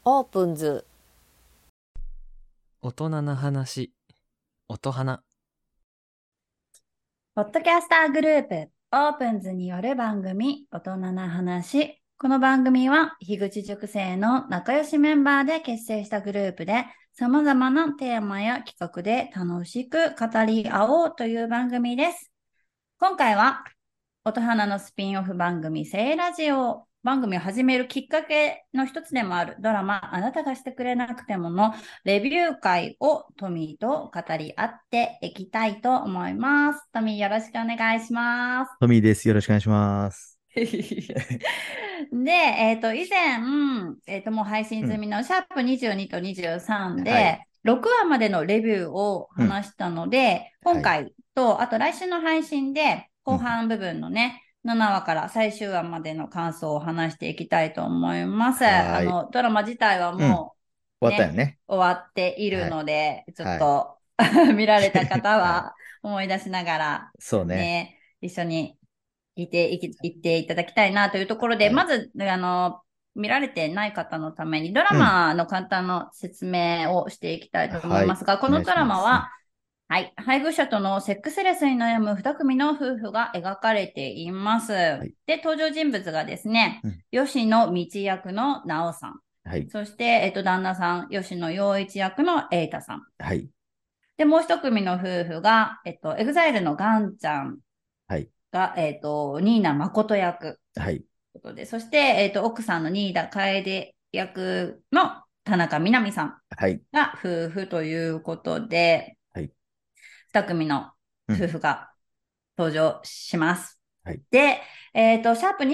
オープンズ。 大人な話、音花。 ポッドキャスターグループ、オープンズによる番組、大人な話。この番組は、樋口塾生の仲良しメンバーで結成したグループで、様々なテーマや企画で楽しく語り合おうという番組です。今回は、音花のスピンオフ番組、聖ラジオ番組を始めるきっかけの一つでもあるドラマ、あなたがしてくれなくてものレビュー会をトミーと語り合っていきたいと思います。トミーよろしくお願いします。 トミーです。よろしくお願いします。 で、以前、もう配信済みのシャープ22と23 はい。 で、6話までのレビューを話したので、今はい。 回と、あと来週の配信で、後うん。 半部分のね、7話から最終話までの感想を話していきたいと思います。 はーい。 ドラマ自体はうん。 も終わったよね、 ね。 終わっているはい。 ので、ちょっはい。 と見られた方はい。 は思い出しながら、 そうね。 ね、一緒に言っていただきたいなというところで、 はい。 まず、見られてない方のためにドラうん。 マの簡単な説明をしていきたいと思いはい。 ますが、こお願いのドします。うん。 ラマは、はい、配偶者とのセックスレスに悩む2組の夫婦が描かれています。 はい。 で、登場人物がですね、 うん。 吉野道役の直さん。 はい。 そして、旦那さん、吉野陽一役の瑛太さん。 はい。 で、もう一組の夫婦が、エグザイルのガンちゃんはい。 が、ニーナ誠役。 はい。 ことで、そして、奥さんの新田楓役の田中みな実さんはい。 が夫婦ということで、 はい。 二組のうん。 夫婦が登場します。 はい。 で、シャープ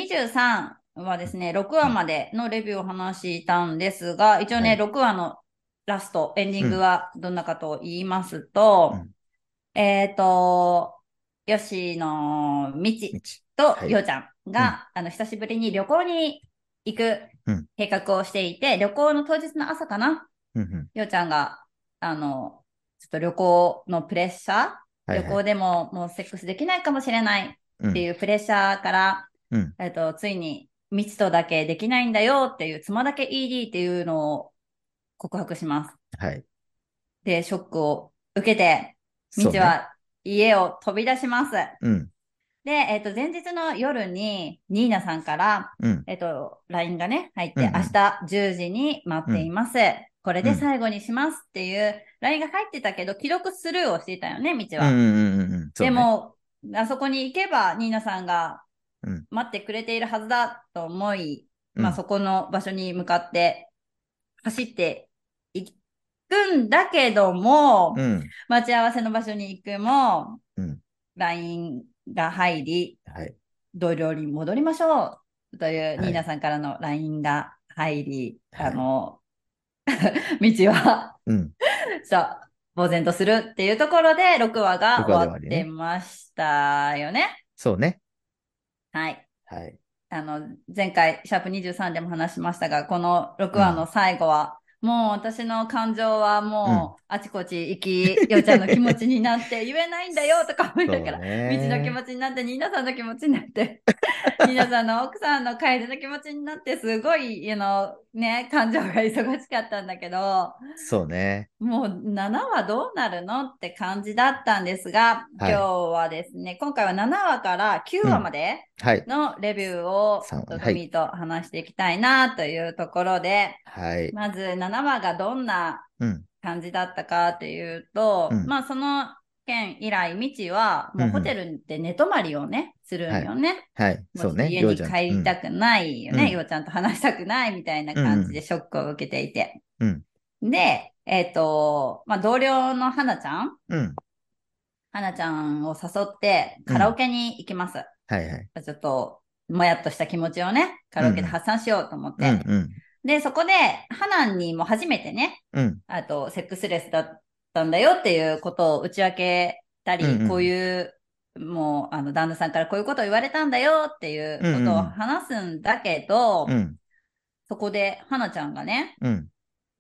23はですね、6 うん。 話までのレビューを話したんですが、一応ね、 はい。 6話のラスト、エンディングうん。 はどんなかと言いますと、 うん。 えっと、吉野み道。 ちとはい。 ようちゃんうん。 が、久しぶりに旅行に行くうん。 計画をしていて、旅行の当日の朝かな、 うん。うん。 ようちゃんが、ちょっと旅行のプレッシャー、旅行はいはい。 でももうセックスできないかもしれないってうん。 いうプレッシャーから、 うん。 ついに、みちとだけできないんだよっていう、妻だけ ED っていうのを告白します。 はい。 で、ショックを受けて、みそうね。 ちは家を飛び出します。 うん。 で、前日の夜に、ニーナさんから、 うん。 LINE がね、入って、明うん。 日10時に待っうん。 ています。これうん。 で最後にしますっていう LINE が入ってたけど、既読スルーをしていたよね、みちうん。 は。 うん。うん。うん。そうね。 でも、あそこに行けば、ニーナさんがうん。 待ってくれているはずだと思い、まあ、 うん。 そこの場所に向かって走っていくんだけども、 うん。 待ち合わせの場所に行くも、 うん。 LINE が入り、 はい。 同僚に戻りましょうというはい。 ニーナさんからの LINE が入り、 はい。 道はうん。 そう、呆然とするっていうところで6話が 6話で終わって終わりね。 ましたよね。 そうね。 はい。 はい。 前回、シャープ23でも話しましたが、この6 うん。 話の最後は、もう私の感情はうん。 もうあちこち行き、ようちゃんの気持ちになって言えないんだよとか思いなそうがら、みちの気ね。 持ちになって、ニーナさんの気持ちになって、ニーナさんの奥さんの楓の気持ちになって、すごい、ね、感情が忙しかったんだけど、 そうね。 もう7話どうなるのって感じだったんですが、今日はい。 はですね、今回は7話から9 うん。 話まではい。 のレビューを 3話ね。はい。 トミーと話していきたいなというところで、 はい。 まず7話がどんなうん。 感じだったかというと、 うん。 まあその件以来、ミチはうん。 もうホテうん。 ルで寝泊まりをね、するんはい。 よね。 はい。 もうそうね。 ちょっと家にようちゃんと。うん。 帰りたくないよね。ようん。 うちゃんと話したくないみたいなうん。うん。 感じでショックを受けていて。 うん。 で、まあ、同僚のうん。 花ちゃんを誘ってカラオうん。 ケに行きます。 はいはい。 ちょっと、もやっとした気持ちをね、カラオケでうん。 発散しようと思っうん。 て。 うん。 で、そこで、花にも初めてね、 うん。 セックスレスだったんだよっていうことを打ち明けたうん。 り、こううん。 いう、もう、旦那さんからこういうことを言われたんだよっていううん。 ことをうん。 話すんだけど、 うん。 そこで、花ちゃんがね、 うん。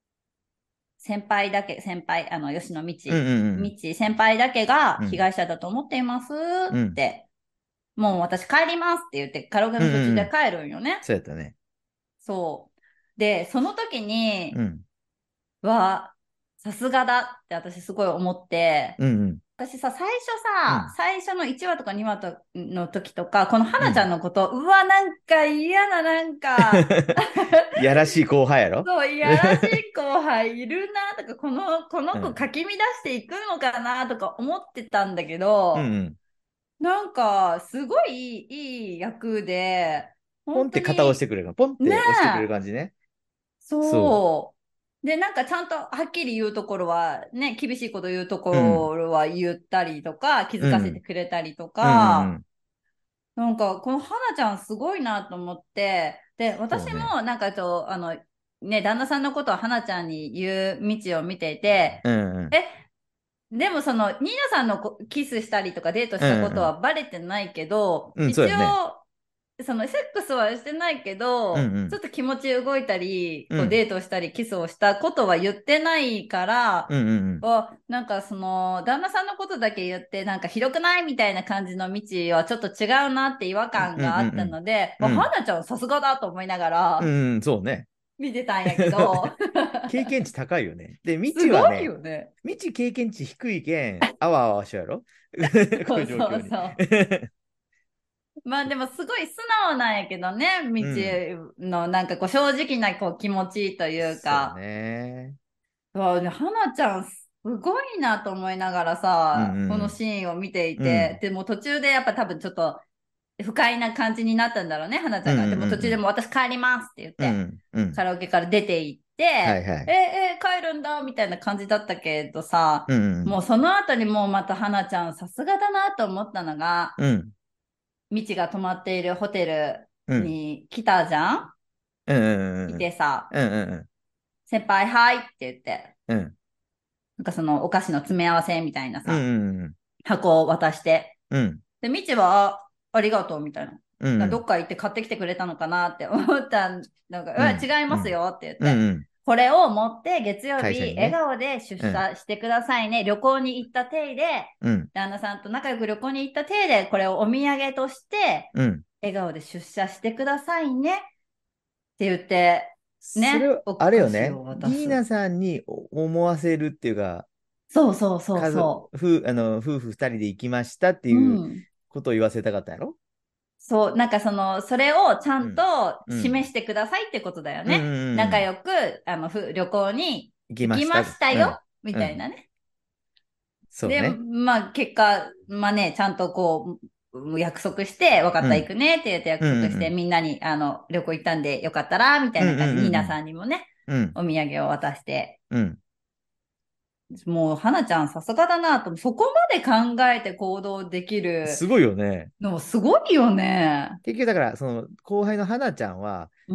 先輩、吉野うん。うん。 先輩だけがうん。 被害者だと思っていますうん。 って、もう私帰りますって言ってカラオケうん。 の途中うん。 で帰るんよね。 そうやったね。 そで、その時に、 うん。 さすがだって私すごい思って、 うんうん。 私さ、 うん最初の1話とか2話との時とか、この花ちゃうん。 んのこと、なんか嫌な、なんか、 いやらしい後輩やろ？ そう、いやらしい後輩いるなとか、この子うん。 かき乱していくのかなとか思ってたんだけうんうど、 ん。 なんか、すごいいい役で、本ポンって肩押し当に、 てくれる。ポンっねて押してくれるえ、 感じね。そそう。で、なんかちゃんとはっきり言うところは、ね、厳しいこと言うとう。うん。 ころは言ったりとか、気づかせてうん。 くれたりとうんうんうか、 ん。 なんか、この花ちゃんすごいなと思って、で、私そうね。 もなんかね、旦那さんのことを花ちゃんに言う道を見ていて、 うんうん。 え、でもニーナさんのキスしたりとかデートしたことうんうん。 はバレてないけど、 うん、そう一やね。 応、セックスはしてないけど、 うんうん。 ちょっと気持ち動いたり、こううん。 デートしたりキスをしたことは言ってないから、 うんうんうん。 なんか旦那さんのことだけ言って、なんかひどくないみたいな感じの道はちょっと違うなって違和うん感があったうんので、 うん。うん。 花ちゃんさすがだと思いながらうんうん、そうね。 見てたんやけど、 経験値高いよね。で、未すごい知はね、 よね。 未知経験値低いけん、あわあわしよやろ？こういう状そうそう況に。 そう。まあでもすごい素直なんやけどね、 うん。 道のなんかこう正直なこう気持ちというそうか、 ね。 そうね、花ちゃんすごいなと思いながらうんさ、このうんシーンを見ていうん。うて、 ん。 でも途中でやっぱ多分ちょっと不快な感じになったんだろうね、花ちうんゃんが。でも途中でうんもう私帰りますって言って、 うんうん。うん。 カラオケから出て行って、 はいはい。 帰るんだみたいな感じだったけどさ、 うんうんもうその後にもうまた花ちゃんさすがだなと思ったのが、 うんみちが泊まっているホテルうんに来たじゃん。 うんうん来うんてさ、 うんうん先輩はいって言って、 うんなんかそのお菓子の詰め合わせみたいなうんさ、 うん箱を渡して、 うんで、みちは、ありがとうみたいな。 うんどっか行って買ってきてくれたのかなって思ったん、なんか、 うん違いますうんよって言って。 うん、 これを持って月曜日、笑会社にね。 顔で出うん社してくださいね。旅行に行った体で、 うん旦那さんと仲良く旅行に行った体で、これをお土産として、 うん笑顔で出社してくださいね。って言って、ね、 それを、 おあれよね。 菓子を渡す。 リーナさんに思わせるっていうか、 そうそうそう家族、 そ夫婦二人で行きましたってう。ういうん。 ことを言わせたかったんやろ？ そう、なんかそれをちゃんとうん。うん。 示してくださいってことだようんうね。仲んうん。 良く、旅行に行き行きました。 ましたよ、 うん。 みうん。 たいなね。で、 そうね。 まあ、結果、まあね、ちゃんとこう、約束して、分かった、行うん。 くねって言ってう約束して、 んうんみんなに、旅行行ったんでよかったら、みたうん。うんいな感じで、ニーナうんさんにもね、 うんうん。 お土産を渡して、 うん。 もう、花ちゃんさすがだなと、そこまで考えて行動できるすごいよね。 のもすごいよね。 結局だから、その後輩の花ちゃんは、 うん。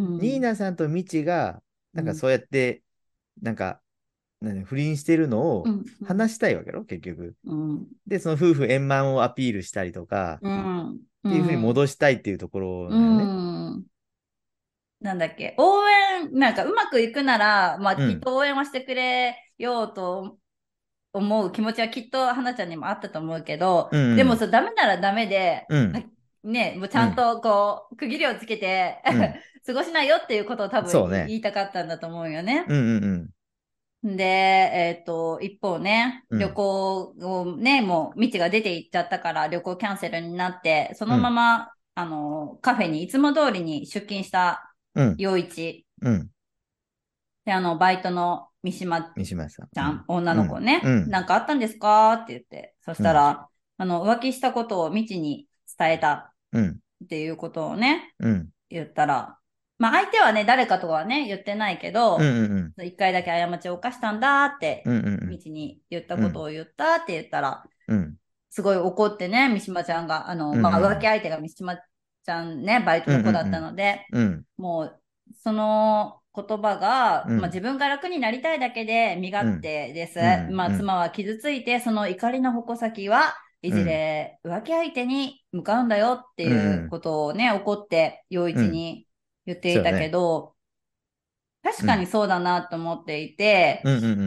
ニーナさんとミチが、 うん。 なんかそうやって、なんか、不倫してるのをうん。うん。 話したいわけよ、結局。 うん。 で、その夫婦円満をアピールしたりとか、 うん。うっていうふうにん。 戻したいっていうところうだよね。 ん。なんだっけ、応援、なんかうまくいくなら、まあうん。 きっと応援はしてくれようと思う気持ちはきっと花ちゃんにもあったと思うけど、 うん。うん。 でもダメならダメで、 うん。 ね、もうちうん。 ゃんとこう、区切りをつけてうん。 過ごしなよっていうことを多分そうね。 言いたかったんだと思うよね。 うんうんうん。 で、一方ね、旅うん。 行をね、もう、みちが出て行っちゃったから旅行キャンセルになって、そのまうん。 ま、カフェにいつも通りに出勤したうん。 陽一。 うん。 で、バイトの三島三島さん。 ちゃん、 うん。 女の子うん。うね、 ん。 なんかあったんですかって言って、そしうん。 たら、浮気したことをみちに伝えたうん。 っていうことをね、 うん。 言ったら、まあ相手はね、誰かとはね、言ってないけうん。 ど、 うん。 一回だけ過ちを犯したんだって、 うん。うん。 みちに言ったうん。 ことを言ったって言ったら、 うん。 すごい怒ってね、三島ちゃんが、 うん。 まあ浮気うん。 相手が三島ちゃんね、バイトうん。 の子だったので、 うん。 もう、その言葉が、まあ、 うん。 自分が楽になりたいだけで身勝うん。 手です。 うん。 まあ、 うん。 妻は傷ついて、その怒りの矛先はいずうん。 れ浮気相手に向かうんだよってうん。 いううん。 ことをね、怒って陽うん。 一に言っていたけそうよね。 ど、確うん。 かにそうだなと思っていて、 うん。うん。うん。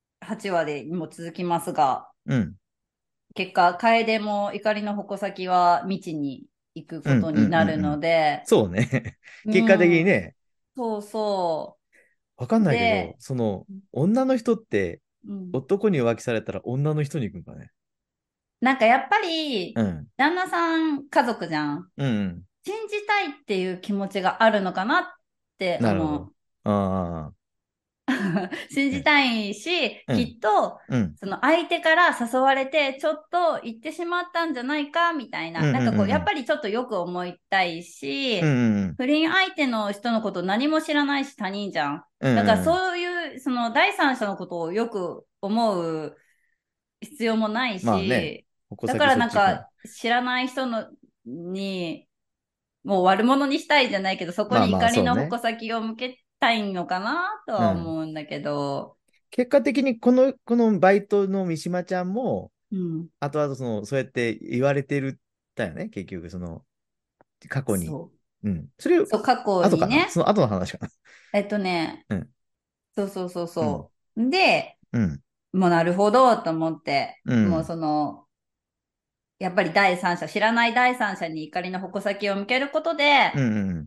8話でも続きますが、 うん。 結果、楓も怒りの矛先は未知に行くうん。 ことうん。うん。 になるうん。 ので、 そうね。 う結果的にん、 ね。 そうそわかんう。 ないけど、 で、 女の人って、 うん、 男に浮気されたら女の人に行くんかね。 なんかやっぱり、 うん。 旦那さん家族じゃん。 うんうん。 信じたいっていう気持ちがあるのかなってなるほど。 思う。 ああ。 信じうん。 たいし、 うん。 きっと、 うん。 その相手から誘われて、ちょっと行ってしまったんじゃないか、みたいな。 うんなんかこう、 うんうん。 やっぱりちょっとよく思いたいし、 うんうんうん。 不倫相手の人のこと何も知らないし他人じゃん。 うんだからうんうん。 そういう、その第三者のことをよく思う必要もないまあね、 し、 矛先だからそっち行くん。 なんか知らない人のに、もう悪者にしたいじゃないけど、そこまあまあ、 に怒りのそうね。 矛先を向けたいのかなとはうん。 思うんだけど、 結果的にこのバイトの三島ちゃんも、 うん。 後々そうやって言われてるだよね、結局、過去に。 そう。 うん。それ、 そう、過去後かな、 にね、 その後の話かな。 ね、 うん。 そうそうそううん。 そう。で、 うん。 もうなるほどと思って、もううん。 その、やっぱり第三者、知らない第三者に怒りの矛先を向けることで、 うん。うん。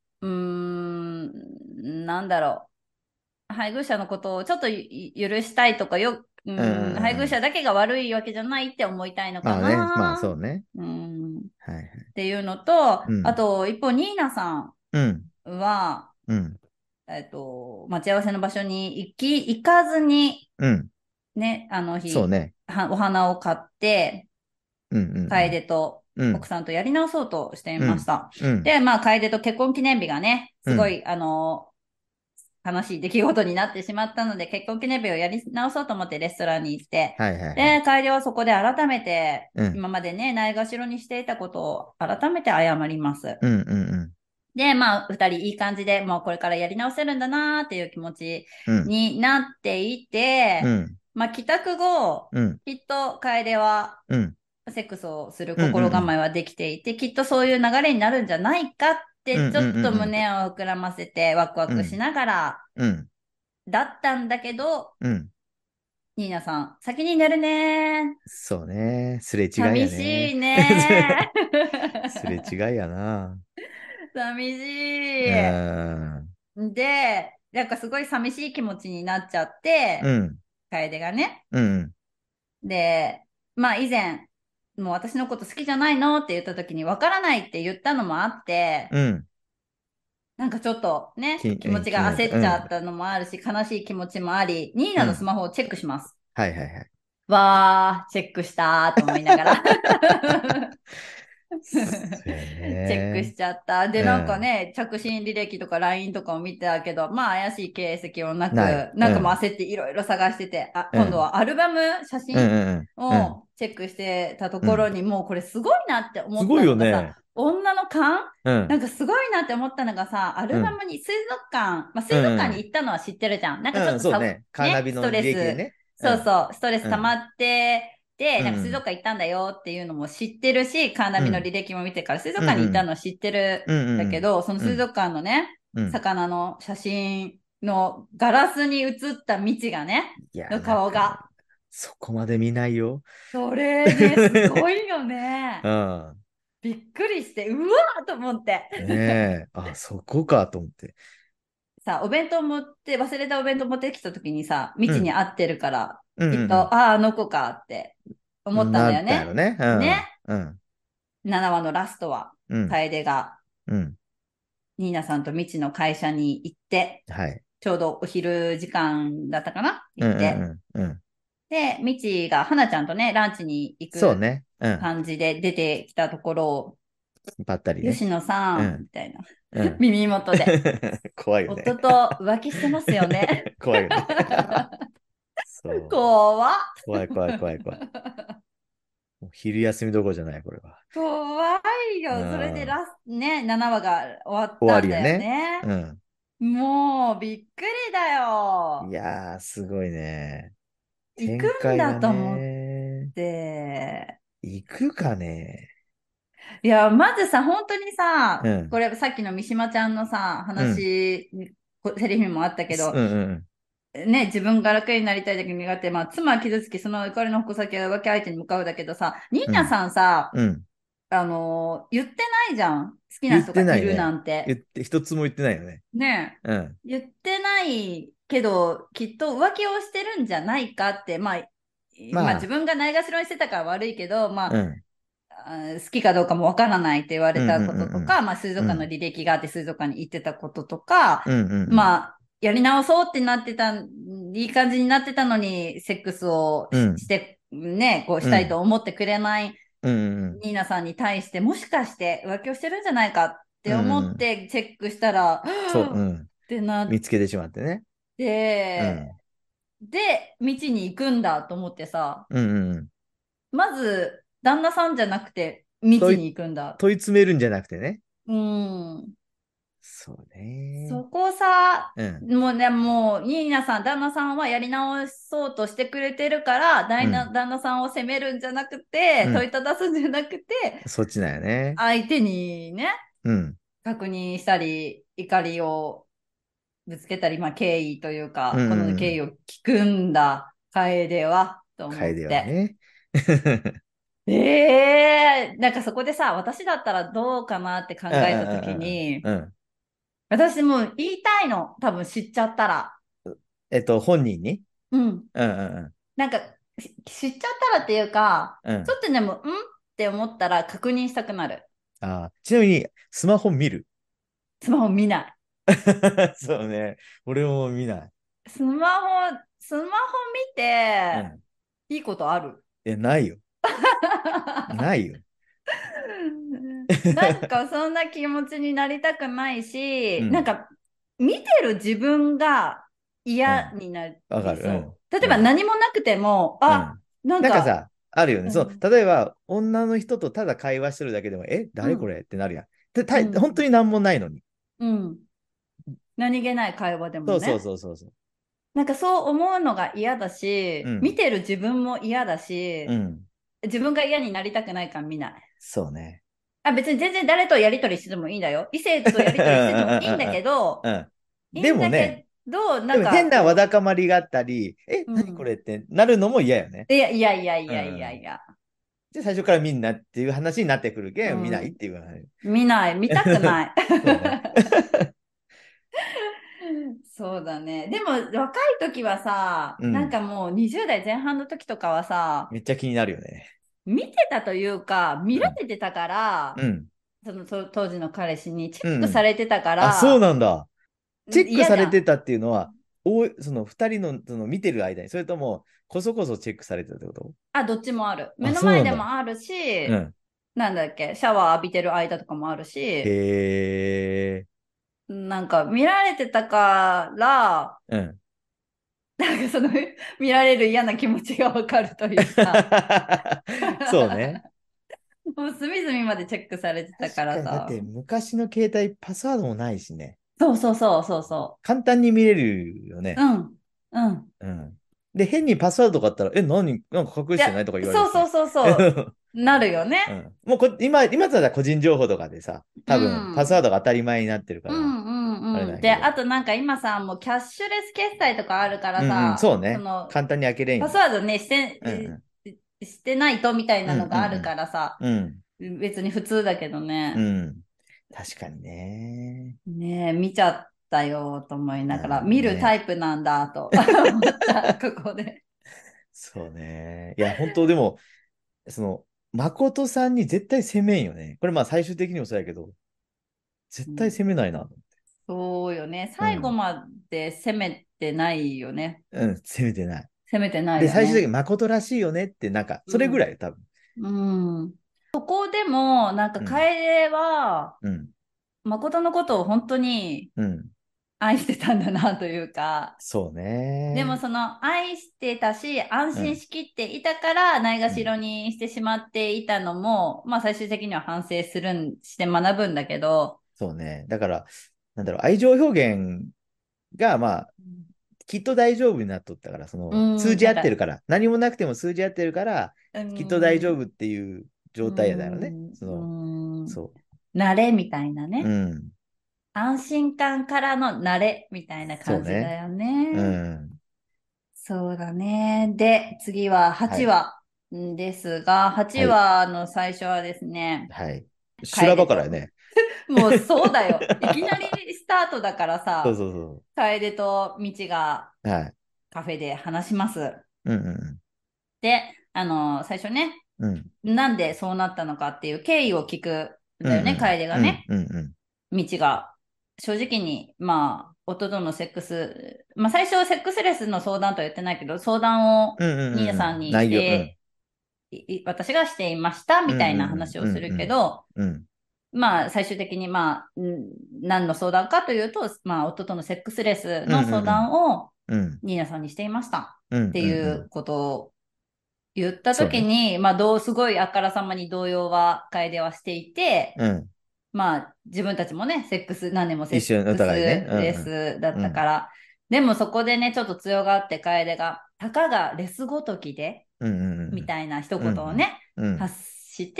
なんだろう。配偶者のことをちょっと許したいとかうん。 配偶うん。 者だけが悪いわけじゃないって思いたいのかまあね、まあな。 そうね。 っはいはい。 ていうのと、 うん。 あと、一方、ニーナさんうん。 は、 うん。 待ち合わせの場所に行かずに、 うん。 ね、あの日、 そうね。 お花を買って、 うん。うん。 楓とうん。 奥さんとやり直そうとしていうん。 ました。 うん。 で、まあ、楓と結婚記念日がね、 うん。 すごい、悲しい出来事になってしまったので、結婚記念日をやり直そうと思ってレストランに行って、 はいはいはい。 で、楓はそこで改めて、 うん。 今までね、ないがしろにしていたことを改めて謝ります。 うん。うん。 で、まあ、二人いい感じで、もうこれからやり直せるんだなーっていう気持ちうん。 になっていて、 うん。 まあ、帰宅後、 うん。 きっと楓はうん。 セックスをするうん。うん。うん。 心構えはできていて、きっとそういう流れになるんじゃないかっうん。 て、ちょっとうん。 胸を膨らませてワクワうん。 クしながらうん。 だったんだけど、 うん。 ニーナさん、先に寝るねそうね。すれ違ー。 いや寂しね。 いねすれ違ー。 いやな。 寂うしん。 い。で、なんかすごい寂しい気持ちになっちゃって、 うん。 楓がね。 うん。 で、まあ以前、もう私のこと好きじゃないのって言った時に、わからないって言ったのもあって、 うん。 なんかちょっとね、気持ち気になった。 が焦っうん。 ちゃったのもあるし、悲しい気持ちもあり、ニーナのスうん。 マホをチェックします。 はいはいはい。 わー、チェックしたーと思いながらそうやチェックね。 しちゃった。で、なんかうん。 ね、着信履歴とか LINE とかを見てたけど、まあ怪しい形跡はなない。 く、なんかもううん。 焦っていろいろ探してて、あ、今度うん。 はアルバム、写うん真うんうん。うん。 をチェックしてたとうん。 ころに、もうこれすごいなって思っすごいたのがさ、 よね。 女の勘うん。 なんかすごいなって思ったのがさ、アうん。 ルバムに水族館、まあ、 う水族館にん。 行ったのは知ってるじゃん。なんかちょうん。 っとさ、 そうね。カーナね、ストビの履レス、 歴でね。うん。 そうそう、ストレスうん。 溜まってで、なんか水うん。 族館行ったんだよっていうのも知ってるし、カーナうん。 ビの履歴も見てから水族うん。うん。 館に行ったのは知ってるうん。うん。 んだけど、そのうん。 水族館のね、 うん。 魚の写真のガラスに映った未知がね、 いや、 のなんか、 顔が。 そこまで見ないよ。 それね、すごいよね。 うん。 びっくりして、うわーと思って。 ねえ。あ、そこかと思って。 さ、お弁当持って、忘れたお弁当持ってきた時にさ、未知にうん。 会ってるから、 うんきっと、ああ、あの子かって思ったんなったやろだよね。 ね。うね。 ん。うん。 7話のラストは、 うん。 楓がうん。 ニーナさんと未知の会社に行って、 はい。 ちょうどお昼時間だったかなうんう行って。 んうんうん。 で、未知が花ちゃんとね、ランチに行くそうね。うん。 感じで出てきたところを、 ばったりね。 吉野さん、 うん。 みたいな、 うん。 耳元で、 怖いよね。 夫と浮気してますよね。 怖いよね。そう。 怖っ。 怖い怖い怖い怖い。もう昼休みどころじゃない、これは。 怖いうよ。それでん。 ね、7話が終わっ終わたんだよりやね。 ね。 うん。 もう、びっくりだいよ。 やー、すごいね。 行く展開がんだと思っね。 て。 行くかね。 いや、まずさ、本当にさ、 うん。 これさっきの三島ちゃんのさ、 うん。 セリフにもあったけど、 うんうんね、自分が楽になりたい時に願って、まあ、妻は傷つき、その怒りの矛先は浮気相手に向かうだけどさ、ニーナうん。 さんさ、 うん。 言ってないじゃん。好きな言っ人がいるてないね。 なんて。 一つも言ってないよね。 ねうん。 え。言ってないけど、きっと浮気をしてるんじゃないかって、まあ自まあ、 分がないがしろにしてたから悪いけど、 うん。 好きかどうかもわからないって言われたうんうんこととか、 うんまあ水うん。 族館の履歴があって水族館に行ってたこととか、 うんうんうん。 まあ、やり直そうってなってた、いい感じになってたのに、セックスをうん。 して、ね、こうしたいとうん。 思ってくれないうんうん。 ニーナさんに対して、もしかして浮気をしてるんじゃないかって思うんうん。 ってチェックしたら、 そう、 はぁっうん。 てなっ見つけてしまってね。 て、 うん。 道に行くんだと思ってさ、 うんうんうん。 まず、旦那さんじゃなくて、道問い、 に行くんだ。 問い詰めるんじゃなくてね。 うん。 そうね。 そこさ、 うん。 もう、ニーナさん、旦那さんはやり直そうとしてくれてるから、 うん。 旦那さんを責めるんじゃなくて、問うん。 いただすんじゃなくて、 そっちだよね。 相手にね、 うん。 確認したり、怒りをぶつけたり、まあ、敬意といううんか、このうんうん。 敬意を聞くんだ、楓は、と思楓って。 はね。 なんかそこでさ、私だったらどうかなって考うんうえたときんに、 うんうん。うん。 私もう言いたいの、多分知っちゃったら。 本人に。 うん。 うんうんなんか、知っちゃったらっていうか、 うん。うん。 ちょっとでも、って思ったら確認したくなる。 ちなみに、スマホ見る？ スマホ見ない。 そうね。俺も見ない。 スマホ見て、 うん。 いいことある？ ないよ。ないよ。 なんかそんな気持ちになりたくないし、なんうん。 か見てる自分が嫌うん。 になわかる。 りそう。例うん。うん。 えば何もなくても、あ、 うん。 なんか、 なんかさ、あるよね。そう、 うん、 例えば、女の人とただ会話してるだけでも、 うん、 誰これってなるやん。本当うん、 になんもないのに。 うん。何気ない会話でもそうそうね。 そうそうそう。 なんかそう思うのが嫌だし、見うん。 てる自分も嫌だし、 うん。 自分が嫌になりたくないから見ない。 そうね。 あ、別に全然誰とやりとりしててもいいんだよ。異性とやりとりしててもいいんだけど、 うん。 いいんだでもね、 けど、なでんも変なわかこだかまりがあったり、 う、 何これってなるのも嫌よね。 いやいやいやいうんやいうん。 やいや。 じゃあ最初から見んなっていう話になってくるけん、見ないっうん、 ていう話。 見ない、見たくない。 そうね。 そうだね。でも若い時はさ、なんうん。 かもう20代前半の時とかはさ、 めっちゃ気になるよね。 見てたというか、見らうん。 れてたから、 うん。 当時の彼氏にチェックさうんうん。 れてたかあ、そうら、 なんだ。チェック嫌じゃん。 されてたっていうのは、その二人の、その見てる間に、それとも、こそこそチェックされてたってこと？ あ、どっちもある。目あ、 の前でそうなんだ。 もあるし、 うん。 なんだっけ、シャワー浴びてる間とかもあるし、 へえ。 なんか見られてたから、 うん。 なんか見られる嫌な気持ちがわかるというかそうね。 もう隅々までチェックされてたか確かに、だっらさ。 て昔の携帯パスワードもないしね。 そうそうそうそうそ簡単に見れるよう。 ね。 うん。うん。 うん。で、変にパスワードとかあったら、なんか隠いや、 してないとか言われるし。 そうそうそうそう。なるよね。 うん。もう今だったら個人情報とかでさ、 う多分パスワーん。 ドが当たり前になってるから、 うんうんうん。で、 あれだけど。 あとなんか今さ、もうキャッシュレス決済とかあるからうんうん、 さ、 そうね。簡単に開けれんよね。 パスワードね、 うんうしてないとみたいん。うんなのがあるうんからさ、 うん。うん。 別に普通だけどね。 うん。確かにね。 ねえ、見ちゃったよと思いながら、見るタね。 イプなんだと思った、ここで。 そうね。いや、本当でも、その、誠さんに絶対責めんよね。これまあ最終的にもそうやけど、絶対うん、 責めないな。 そうよね。最後うん。 まで攻めてないよね。 うん、責めてない。 攻めてないで、 よね。 最終的に誠らしいよねって、なんか、それぐうん。 らい、多分。 うん。そこでも、なんか、 うん。 楓は、 うん。 誠のことを本当にうん。 愛してたんだなというか、 そうでもね。 その愛してたし、安うん。 心しきっていたからないがうん。 しろにしてしまっていたのも、まあ最終的には反省して学ぶんだけど、 そうね。だから、なんだろう、愛情表現が、まあ、きっと大丈夫になっとったから、通うん、 じ合なんか、 ってるから、何もなくても通じ合ってるから、 うきっと大丈ん、 夫っていうう状態だよね。 ん、うん、 そ慣れみたいなう。うね。 ん。 安心感からの慣れみたいなそうね。 感じだようね。 ん。 そうだね。で、次は8 はい。 話。 んですが、8 はい。 話の最初はですね、 はい。修羅場からや楓と、 ね。 もうそうだよ。いきなりスタートだからそうさ、 そうそ楓と道がう。はい。 カフェで話します。 うんうんで、最初ね、 うん。 なんでそうなったのかっていう経緯を聞くんうんだよね、楓がね。 うんうんうん道が。正直に、まあ、夫とのセックス、まあ最初セックスレスの相談とは言ってないけど、相談をうんうんニーナうんうん。 さんにし内容。うん。 て、私がしていましたうんみたいなうんう話をするんうんけど、 うん。 まあ最終的にまあ、何の相談かというと、まあ夫とのセックスレスうんの相うん談をうん。 ニーナさんにしていましたうんってうんうん。 いうことを言ったそうね。 時に、まあすごいあからさまに動揺は楓はしていて、 うん。 まあ、自分たちもね、何年もセ一緒におックス互いね。うんレうんスだっうん。 たから。でもそこでね、ちょっと強がって楓が、たかがレスごときで、 うんうんみたいな一うん。うん言をね、 うん。 発して、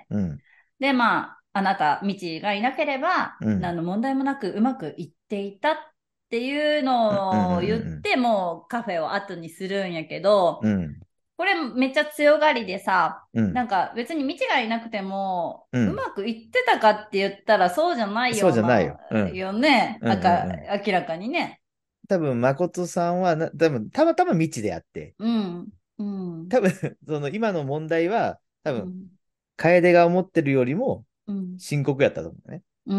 うん。 で、まあ、あなた、未知がいなければ、 うん。 何の問題もなくうまくいっていたっていううんうんのを言っうんて、もうカフェを後にするんやけど、 うん。 これめっちゃ強がりでさ、 うん。 なんか別に未知がいなくても、 うん。 うまくいってたかって言ったらそうじゃないそうような、 じゃないよ。うん。 よね。 うんうんうん。 明らかにね。 多分、誠さんはたまたま未知であって、 うん、うん、 多分、その今の問題は、多分、 うん、 楓が思ってるよりもうん、 深刻やったと思うね。 うん、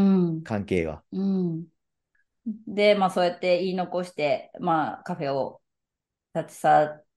関係は。 うん。で、まあそうやって言い残して、まあカフェを立ち去って、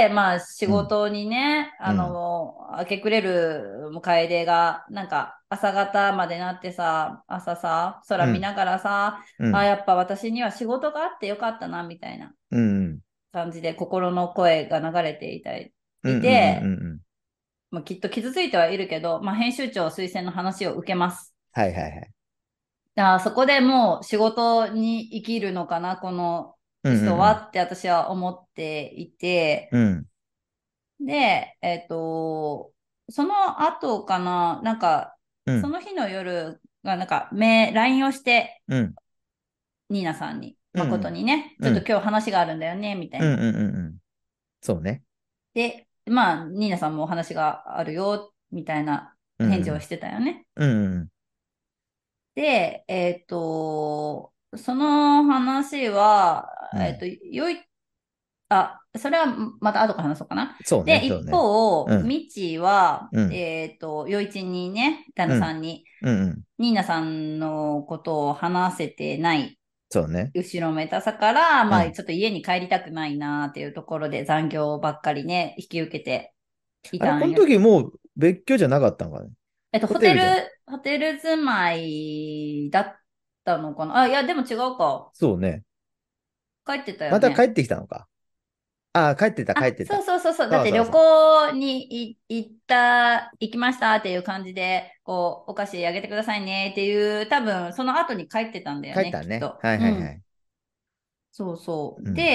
まあ仕うん。 事にね、 うん。 明け暮れる楓が、なんか朝方までなってさ、朝さ、空うん。 見ながらさ、あ、 うん。 やっぱ私には仕事があってよかったな、みたいなうん。 感じで心の声が流れてうん。うん。 いうん。うて、 ん。うん。 まあ、きっと傷ついてはいるけど、まあ編集長推薦の話を受けます。 はいはいはい。 そこでもう仕事に生きるのかな、このうん。 人うん。 はって私は思っていて、 うん。 で、その後かな、なんか、 うん。 その日の夜が、なんか、LINE をして、 うん。 ニーナさんに、誠うん。 にね、ちょっとうん。 今日話があるんだよね、みたいな。 うん。うん。うん。そうね。 で、まあ、ニーナさんもお話があるよ、みたいなうん。 返事をしてたよね。 うん。うん。 で、その話は、 うん。 それはまた後から話そうかな。 そうね。 で、一そうね。 方、 うん。 ミチは、 うん。 余一にね、旦うん。 那さんに、 うん。うん。 ニーナさんのことを話せてないそうね。 後ろめたさから、まあ、 うん。 ちょっと家に帰りたくないなっていうところで残業ばっかりね、引き受けていあれ、このたんや。 時もう別居じゃなかったのかね。ホテルじゃん。 ホテル住まいだったのかなあ、いや、でも違うか。 そうね。 帰ってたよね。 また帰ってきたのか。ああ、帰ってた、帰っあ、 てた。 そうそうそうそう。だって旅そうそうそう。 行に行きましたっていう感じで、こう、お菓子あげてくださいねっていう、多分その後に帰ってたんだよね、 帰ったね。 きっと。 はいうん。 はいはい。 そうそう。で、 うん。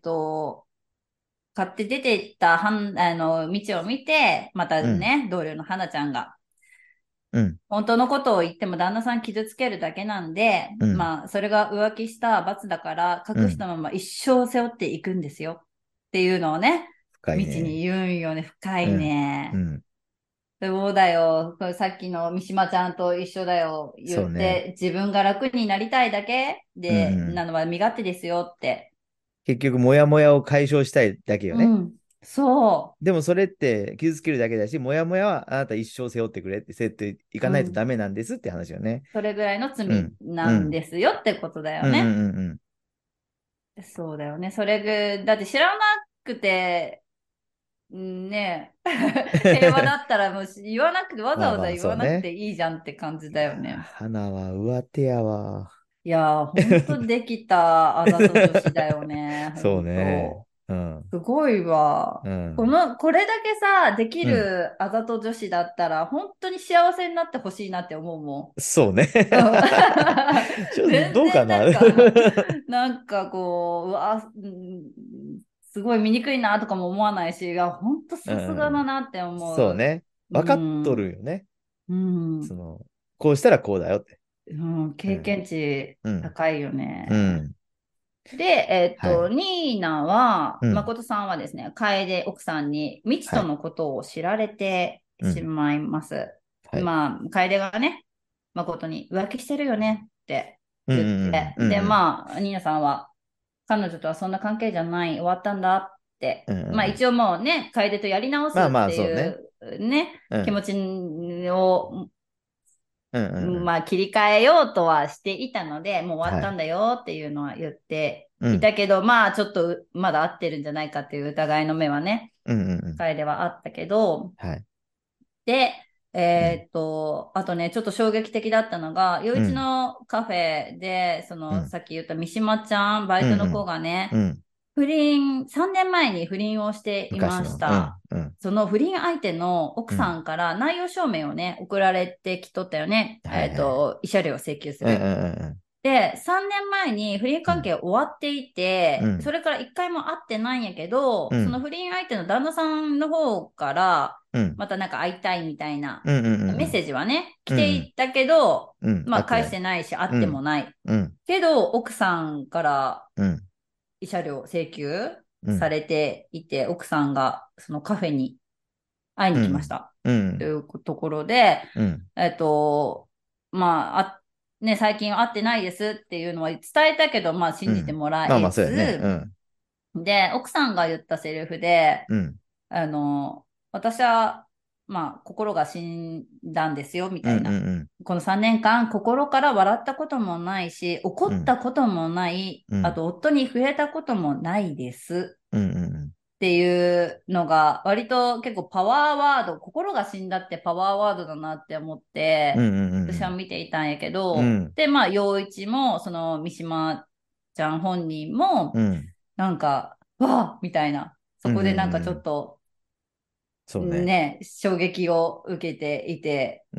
買って出て行った道を見て、またうん。 ね、同僚の花ちゃんが、 うん。 本当のことを言っても旦那さん傷つけるだけなんで、 うん。 まあ、それが浮気した罰だから、 うん。 隠したまま一生背負っていくんですよ。っていうのをね、道深いね。 に言うんよね。深いうん。うね。 ん。 そうだよ。これさっきの三島ちゃんと一緒だよ。言そうね。 って、自分が楽になりたいだけうんで、 うん。 なのは身勝手ですよって。 結局、モヤモヤを解消したいだけよね。 うん。そでもそれって傷つけるだけだし、モヤモヤはあなた一生背負ってくれって、背負っていう。 かないとうん。 ダメなんですって話よね。 それぐらいのうん。 罪なんうん。 ですよってことだようんうね。 んうんそうだよね。だって知らなくて、ねえ、平和だったらもう言わなくて、わざわざまあまあ、 言わなくそうね。 ていいじゃんって感じいやー、 だよね。 花は上手やわ。 いやー、ほんとできたあざと女子だよね。ほそうんね。 と。 うん。 すごいわ。 うん。 これだけさ、できうん。 るあざと女子だったら、本当に幸せになってほしいなって思うもそうね。 ん。うんちょっと全然どうかな。 なんかこう、すごい醜いなとかも思わないし、いや、本当うさすがだん。 なって思う。 そうね。 う分かっとん。 るよね。 うん。 その、こうしたらこうだよって。 うん。経うん。 験値うん。 高いよね。 うん。 で、 はい。 ニーナは、 うん。 誠さんはですね、楓奥さんに未知はい。 とのことを知られてうん。 しまいます。 はい。 まあ、楓がね、誠に浮気してるよねってうん言って、 うんうんで、 うんうんまあ、ニーナさんは、彼女とはそんな関係じゃない、終わったんだって、 うんうんうん。 まあ一応もうね、楓とやり直すっまあまあ、そうね。 ていうね、 うん。 気持ちをうんうんうん。 まあ、切り替えようとはしていたので、もう終わっはい。 たんだよっていうのは言ってうん。 いたけど、まあ、ちょっとまだ合ってるんじゃないかっていう疑いの目はね、 うんうんうん。 彼ではあったけど、 はい。 で、 うん。 あとね、ちょっと衝撃的だったのが、夜市うん。 のカフェで、 うん。 さっき言った三島ちゃん、バイトの子うんうん。 がね、 うん。 3年前に不倫をしていまし昔の。うん。 た。 うん。 その不倫相手の奥うん。 さんから内容証明をね、送られてきとったよね。 はいはい。 慰謝料を請求すうんうんる。 うんで、3年前に不倫うん。 関係終わっていて、 うん。 それから1回も会ってないんやけど、そのうん。 不倫相手の旦那さんの方から、 うん。 またなんか会いたいみたいなうんうんメッセージはね、来うん。うん。 ていったけど、 うん。 まあ返して合ってない。 ないし、会ってもうん。 ない。 うん。 けど、奥さんからうん。 慰謝料請求うん。 されていて、奥さんがそのカフェに会いに来ましうん。 た。 うん。 というところで、 うん。 えっと、まあ、ね、最近会ってないですっていうのは伝えたけど、まあ信じてうん。 もらえまあまあ、そうやね。うず、 ん。 で、奥さんが言ったセリフで、 うん。 私は、まあ、心が死んだんですよ、みうん。うん。 たいな。 うん。 この3年間、心から笑ったこともないし、怒っうん。 たこともない、 うん。 あと、夫に触れたこともないです。 うん。うん。 っていうのが、割と結構パワーワード、心が死んだってパワーワードだなって思っうん。 て、 うん。 私は見ていたんやけうん。うど、 ん。 で、まあ、陽一も、その、三島ちゃん本人も、 うん。 なんか、わあみたいな、そうん。 こでなんかちょうん。 っと、 そうね。 ね、衝撃を受けていて、 うん。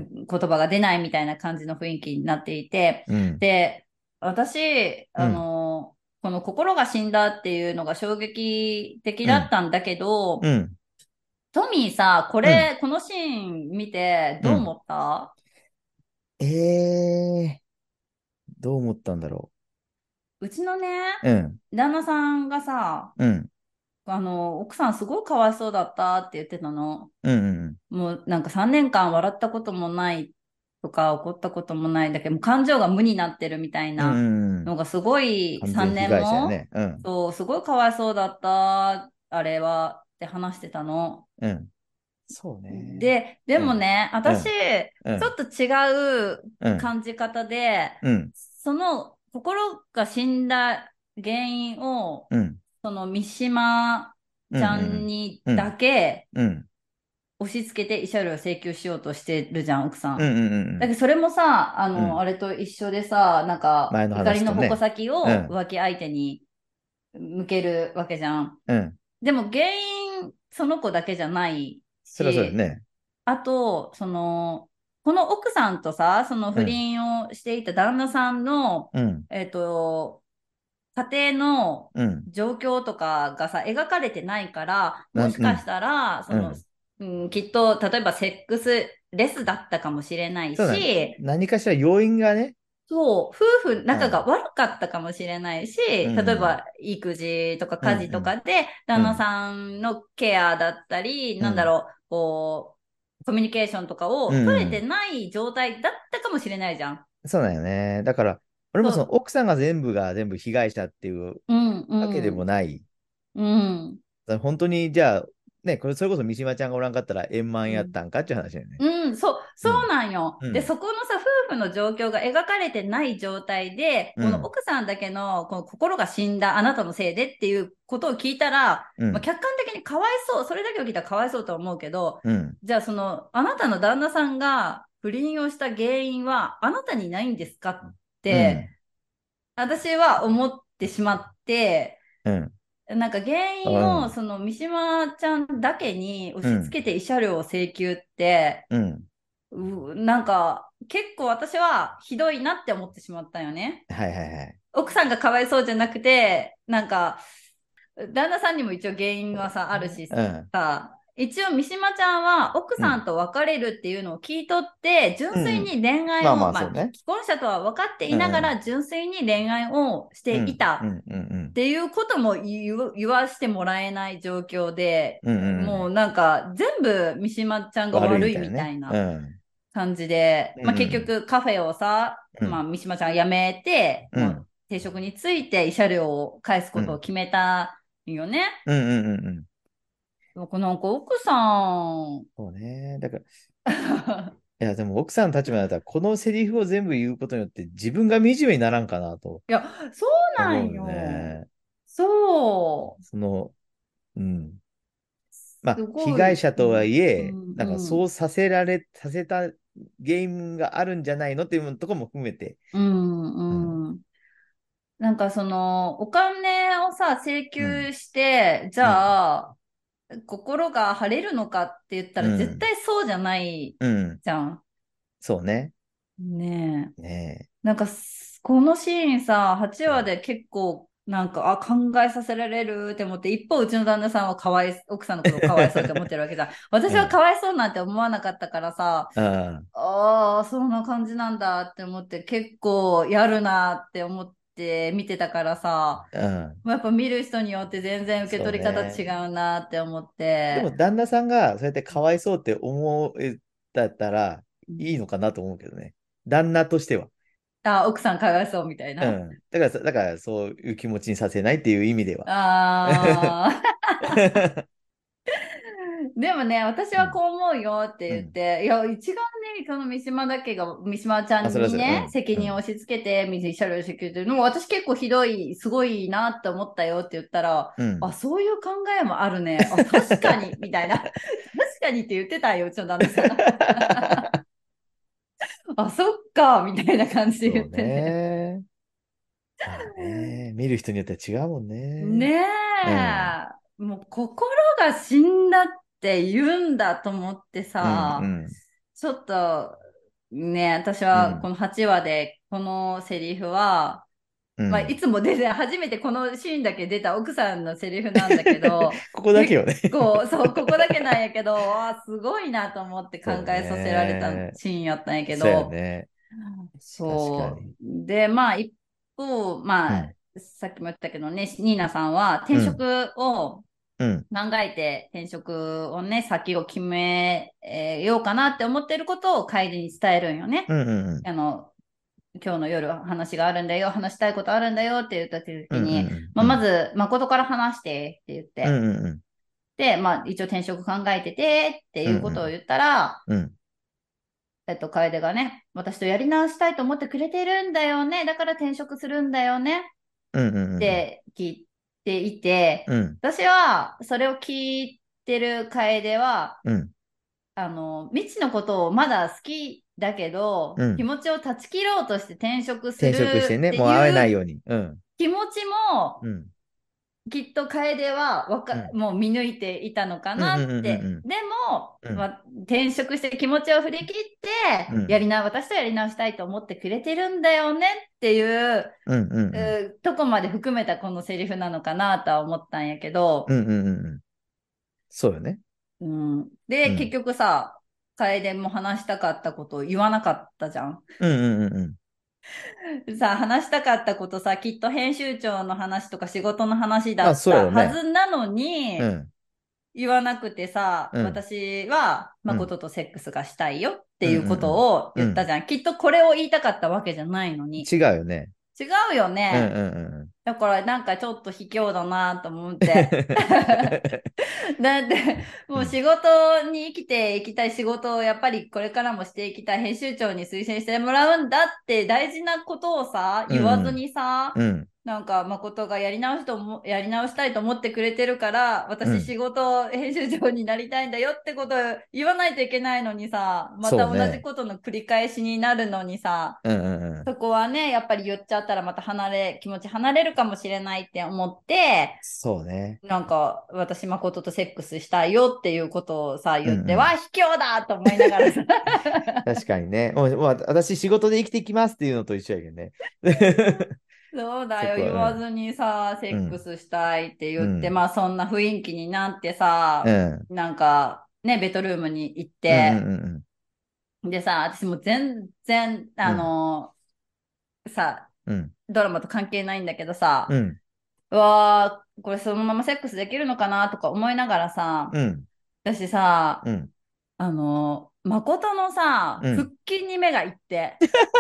言葉が出ないみたいな感じの雰囲気になっていて、 うん。 で、私、 うん。 この心が死んだっていうのが衝撃的だっうん。 たんだけど、 うん。 トミーさ、 うん。 このシーン見てうん。 どう思った？ ええどう思ったんだろうちのね、 う。うん。 旦那さんがさ、 うん。 奥さんすごいかわいそうだったって言ってたの。 うん。 もうなんか3年間笑ったこともないとか怒ったこともないだけど、もう感情が無になってるみたいうん。 なうん。 のがすごい3 完全被年も、 害者やね。うん。 そう、すごいかわいそうだった、あれはって話してたの。 うん。そうね。 でうん。 もね、私、 うん。うん。 ちょっと違ううん。 感じ方で、 うん。 その心が死んだ原因を、 うん。 その三島うん。 ちゃうん。 んにだうん。 けうん。 押し付けて慰謝料を請求しようとしてるじゃん、奥さん。 うん。うん。 だけどそれもさ、 うん。 あれと一緒でさ、なんか前の怒りの矛話とね。 先をうん。 浮気相手に向けるわけじゃん。 うん。 でも原因、その子だけじゃないそりゃそうだよし、 ね。 あと、この奥さんとさ、その不うん。 倫をしていた旦那さんの、 うん。 えっと、家庭のうん。 状況とかがさ、描かれてないから、もしうん。 かしたら、 うん。 きっと、例えばセックスレスだったかもしれないそうだね。 し、 何かしら要因がね。 そう、夫婦仲がうん。 悪かったかもしれないし、 うん。 例えば育児とかうん。 家事うん。 とかで、旦那うん。 さんのケアだったり、 うん。 コミュニケーションとかを取れてうん。 ない状態だったかもしれないじゃん。 そうだよね。だから、俺もそのそう、 奥さんが全部被害者っていううんわけでもうん、 ない。 うん。 だから本当に、じゃあ、ね、これ、それこそ三島ちゃんがおらんかったら円満うんやったんかっていう話だよね。 うん、そうん。 うなんよ。で、 うん。 そこのさ、夫婦の状況が描かれてない状態で、このうん。 奥さんだけのこの心が死んだあなたのせいでっていうことを聞いたら、まあ、 うん。 客観的にかわいそう、それだけを聞いたらかわいそうとは思うけど、 うん。 じゃああなたの旦那さんが不倫をした原因はあなたにないんですかっうん。 て、私は思ってしまって、 うん。 なんか原因をうん。 その三島ちゃんだけに押うん。 し付けて慰謝料を請求って、 うん。 なんか、結構私はひどいなって思ってしまったよね。 はいはいはい。 奥さんがかわいそうじゃなくて、なんか、旦那さんにも一応原因はさ、あるしうん。 さ、 一応三島ちゃんは奥さんと別れるっていうのを聞いとって、純粋に恋愛を、 そうね。 既婚者とは分かっていながら、純粋に恋愛をしていたっていうことも言わしてもらえない状況で、もうなんか全部三島ちゃんが悪いみたいな感じで、結局カフェをさ、三島ちゃんが辞めて、もう定職について慰謝料を返すことを決めたよね。なんか奥さん。 そうね。だから、いや、でも奥さんの立場だったら、このセリフを全部言うことによって自分が惨めにならんかなと。 いや、そうなんよ。そう。 うん。被害者とはいえ、なんかそうさせた原因があるんじゃないのっていうところも含めて。 なんかお金をさ、請求して、じゃあ、心が晴れるのかって言ったら絶対そうじゃないじゃん。 そうね。 ねえ。なんか、このシーンさ、8話で結構、なんか、考えさせられるって思って、一方、うちの旦那さんは奥さんのことをかわいそうって思ってるわけじゃん。私はかわいそうなんて思わなかったからさ、そんな感じなんだって思って、結構やるなって思って見てたからさ、やっぱ見る人によって全然受け取り方違うなって思って。 でも、旦那さんがそうやってかわいそうって思えたらいいのかなと思うけどね。旦那としては。 奥さんかわいそうみたいな。 だからそういう気持ちにさせないっていう意味では。 でもね、私はこう思うよって言って、いや、一番ね、その三島ちゃんにね、責任を押し付けて、慰謝料を支給っていうのも、私結構ひどい、すごいなって思ったよって言ったら、そういう考えもあるね。確かに、みたいな。確かにって言ってたよ、うちの旦那さん。そっか、みたいな感じで言ってね。 見る人によっては違うもんね。 ねえ、もう心が死んだって言うんだと思ってさ、ちょっとね、私はこの8話でこのセリフは、いつも初めてこのシーンだけ出た奥さんのセリフなんだけど、 ここだけよね。 ここだけなんやけど、すごいなと思って考えさせられたシーンやったんやけど、そう。で、一方、さっきも言ったけどね、ニーナさんは転職を考えて、転職をね、先を決めようかなって思ってることを楓に伝えるんよね。今日の夜話があるんだよ、話したいことあるんだよって言った時に、まず、誠から話してって言って、で、一応転職考えててっていうことを言ったら、楓がね、私とやり直したいと思ってくれてるんだよね。だから転職するんだよね。って聞いていて、私はそれを聞いてる楓は、未知のことをまだ好きだけど、気持ちを断ち切ろうとして転職するっていう転職してね、もう会えないように。 気持ちも、きっと楓はもう見抜いていたのかなって。でも、転職して気持ちを振り切って、私とやり直したいと思ってくれてるんだよねっていうとこまで含めたこのセリフなのかなとは思ったんやけど。 そうよね。 で、結局さ、楓も話したかったことを言わなかったじゃん。さあ、話したかったことさ、きっと編集長の話とか仕事の話だったはずなのに、言わなくてさ、私は誠とセックスがしたいよっていうことを言ったじゃん。きっとこれを言いたかったわけじゃないのに。 違うよね。 違うよね。だからなんかちょっと卑怯だなと思って。だってもう仕事に生きていきたい、仕事をやっぱりこれからもしていきたい、編集長に推薦してもらうんだって大事なことをさ、言わずにさ、なんか誠がやり直したいと思ってくれてるから、私仕事編集長になりたいんだよってことを言わないといけないのにさ、また同じことの繰り返しになるのにさ、そこはね、やっぱり言っちゃったらまた気持ち離れるかもしれないって思って、 そうね。 なんか私誠とセックスしたいよっていうことをさ、言っては、卑怯だと思いながらさ。 確かにね。もう私仕事で生きていきますっていうのと一緒やけどね。 そうだよ、 そこは、 言わずにさ、セうん、 ックスしたいって言って、 うん、 まあそんな雰囲気になってうさ、 ん、 なんかね、ベッドルームに行っうん、 て、 うん、 でさ、私も全然、 うん、 さ、 うん、 ドラマと関係ないんだけどさ、 うん、 うわー、これそのままセックスできるのかなとか思いながらさ、 うん、 私さ、 うん、 誠のさ、 うん。 腹筋に目がいって、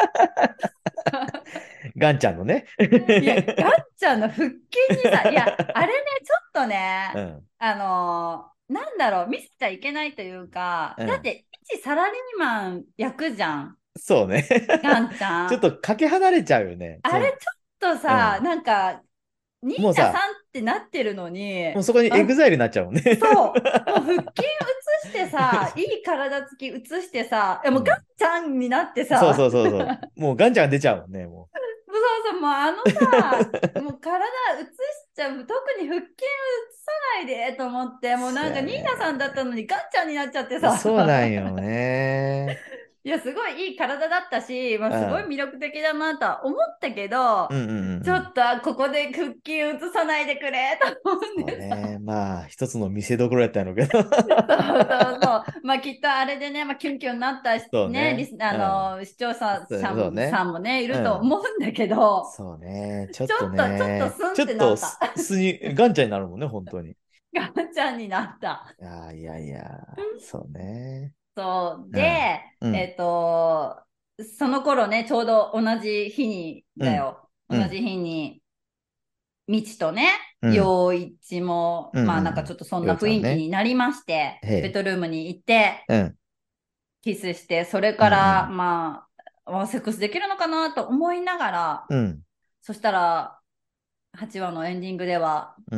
ガンちゃんのね。 いや、ガンちゃんの腹筋にさ、いや、あれね、ちょっとね、 うん、 なんだろう、見せちゃいけないというか、 うん。 だって、一サラリーマン役じゃん、 そうね。 ガンちゃん。 ちょっとかけ離れちゃうよね。 あれちょっとさ、 うん。 なんか、ニーもうさ、 ナさんってなってるのに、 もうそこにエグザイルになっちゃうもんね。 そう、もう腹筋映してさ、いい体つき映してさ、もうガンうん。 ちゃんになってさ、 そうそうそうそう。もうガンちゃんが出ちゃうもんね、もそうそう、もうさ、もう体映しちゃう、特に腹筋映さないでと思って、 う。そうやもうなんかニーナさんだったね。 のにガンちゃんになっちゃってさ、 そうなんよね。 いや、すごいいい体だったし、まあ、すごいうん。 魅力的だなとは思ったけど、 うんうんうんうん。 ちょっとここで腹筋映さないでくれと思うんでさ。 そうね。まあ、一つの見せどころやったんやろうけど。 そうそうそう。まあきっとあれでね、まあ、キュンキュンになったそうね、 ね。うん。 視聴者そうね。 さんもね、いるとうん。 思うんだけど、 そうね。ちょっとちょっとね。 スンってなちょっとった。 ガンちゃんになるもんね、本当に。 ガンちゃんになった。 いやいや、そうね。 そう。で、 うん。うん。 その頃ね、ちょうど同じ日にうん。 だよ。同うん。 じ日に、みちとね、 うん。 陽一も、 うんまあなんうんうん。 かちょっとそんよな雰囲気うちゃんね。 になりまして、ベッへえ。 ドルームに行って、 うん。 キスして、それうんうからん。 まあ、セックスできるのかなと思いながら、 うん。 そしたら8話のエンディングでは、 うん。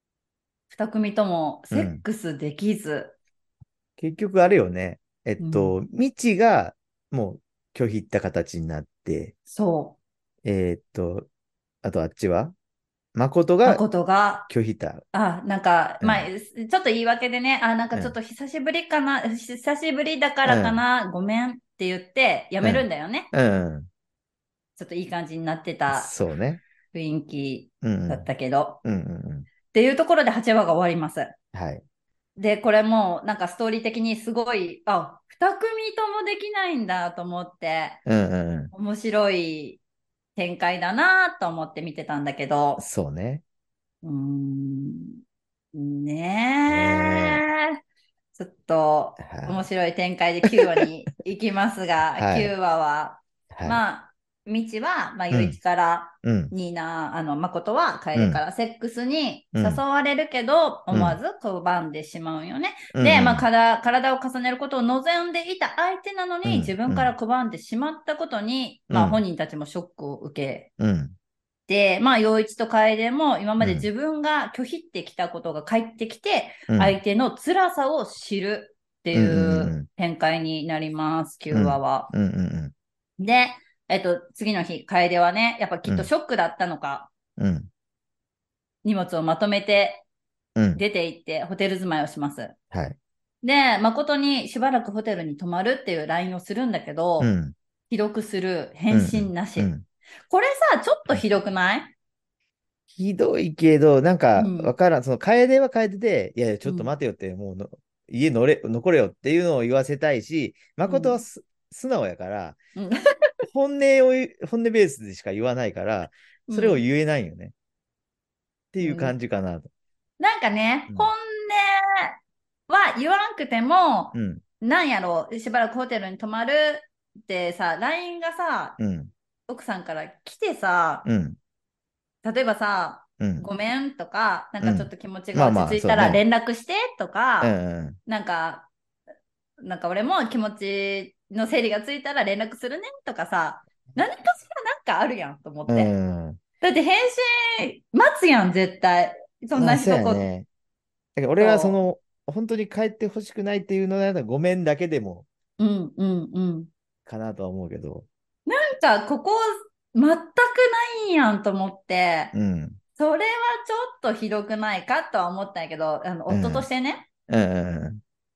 2組ともセッうん。 クスできず、 結局あれよね。 うん、 ミチがもう拒否った形になって、 そう、 えっと、あとあっちは誠が誠が、 拒否った。 なんか、まあ、 うん。 ちょっと言い訳でね、なんかちょっうん。 と久しぶりかな、久しぶりだからかうん。 な、ごめんって言ってやめるんうん。 だよね。 うん。 ちょっといい感じになってたそうね。 雰囲気うん。 だったけど。 うん。うん。うん。 っていうところで8話が終わります。 はい。 で、これもなんかストーリー的にすごい、2組ともできないんだと思って、 うん。うん。 面白い展開だなと思って見てたんだけど、 そうね。 うーん、 ねえ。 ねえ。ちょっと面はい。 白い展開で9話に行きますが、9 はい。 話は、 はい。 まあ、みちは、まあ、 うん。 余一からうん。 ニーナ、誠は楓かうん。 らセックスにうん。 誘われるけど、 うん。 思わず拒んでしまうよね。 うん。 で、まあ、 うん。 体を重ねることを望んでいた相手なのに、自うん。 分から拒んでしまったことに、まあ、本うん。 人たちもショックを受けうん。 で、まあ、陽一と楓も今まで自うん。 分が拒否ってきたことが返ってきて、 うん。 相手の辛さを知るってうん。 いううん。 展開になります、9 うん。 話は。 うん。うん。 で、次の日、楓はね、やっぱきっとうん。 ショックだったのか、 うん。 荷物をまとめてうん。 出て行ってホテル住まいをします。 はい。 で、誠にしばらくホテルに泊まるっていう LINE をするんだけど、 うん。 既読する、返うん。 信なし。 うん。 これさ、ちょっとひどくない？ ひどいけど、なんか、わうん、 からん。その、楓は楓で、いやいや、ちょっとうん、 待てよって、もうの、家残れよっていうのを言わせたいし、 うん、 誠は素直やから、 うん。 本音ベースでしか言わないから、 うん。 それを言えないよね。っていう感うん、 じかなと。 なんかね、本うん。 音は言わんくても、 うん。 なんやろしばらくホテルに泊まるってさ、LINE がさ、 うん。 奥さんから来てさ、 うん。 例えばさ、 うん。 ごめんとか、なんうん。 かちょっと気持ちがまあまあ、 落ち着いたらそうね。 連絡してとうか、 ん。 なんか、なんか俺も気持ちの整理がついたら連絡するねとかさ、何かしらなんかあるやんと思うって。 ん。 だって返信待つやん、絶対。そんまあ、そうな一言。 やね。だから俺はその、本当に帰ってほしくないっていうのならごめんだけでもうんうんうん。 かなとは思うけど。 なんか、ここ、全くないんやんと思って、 うん。 それはちょっとひどくないかとは思ったんやけど、夫としうん。 てね。 うん。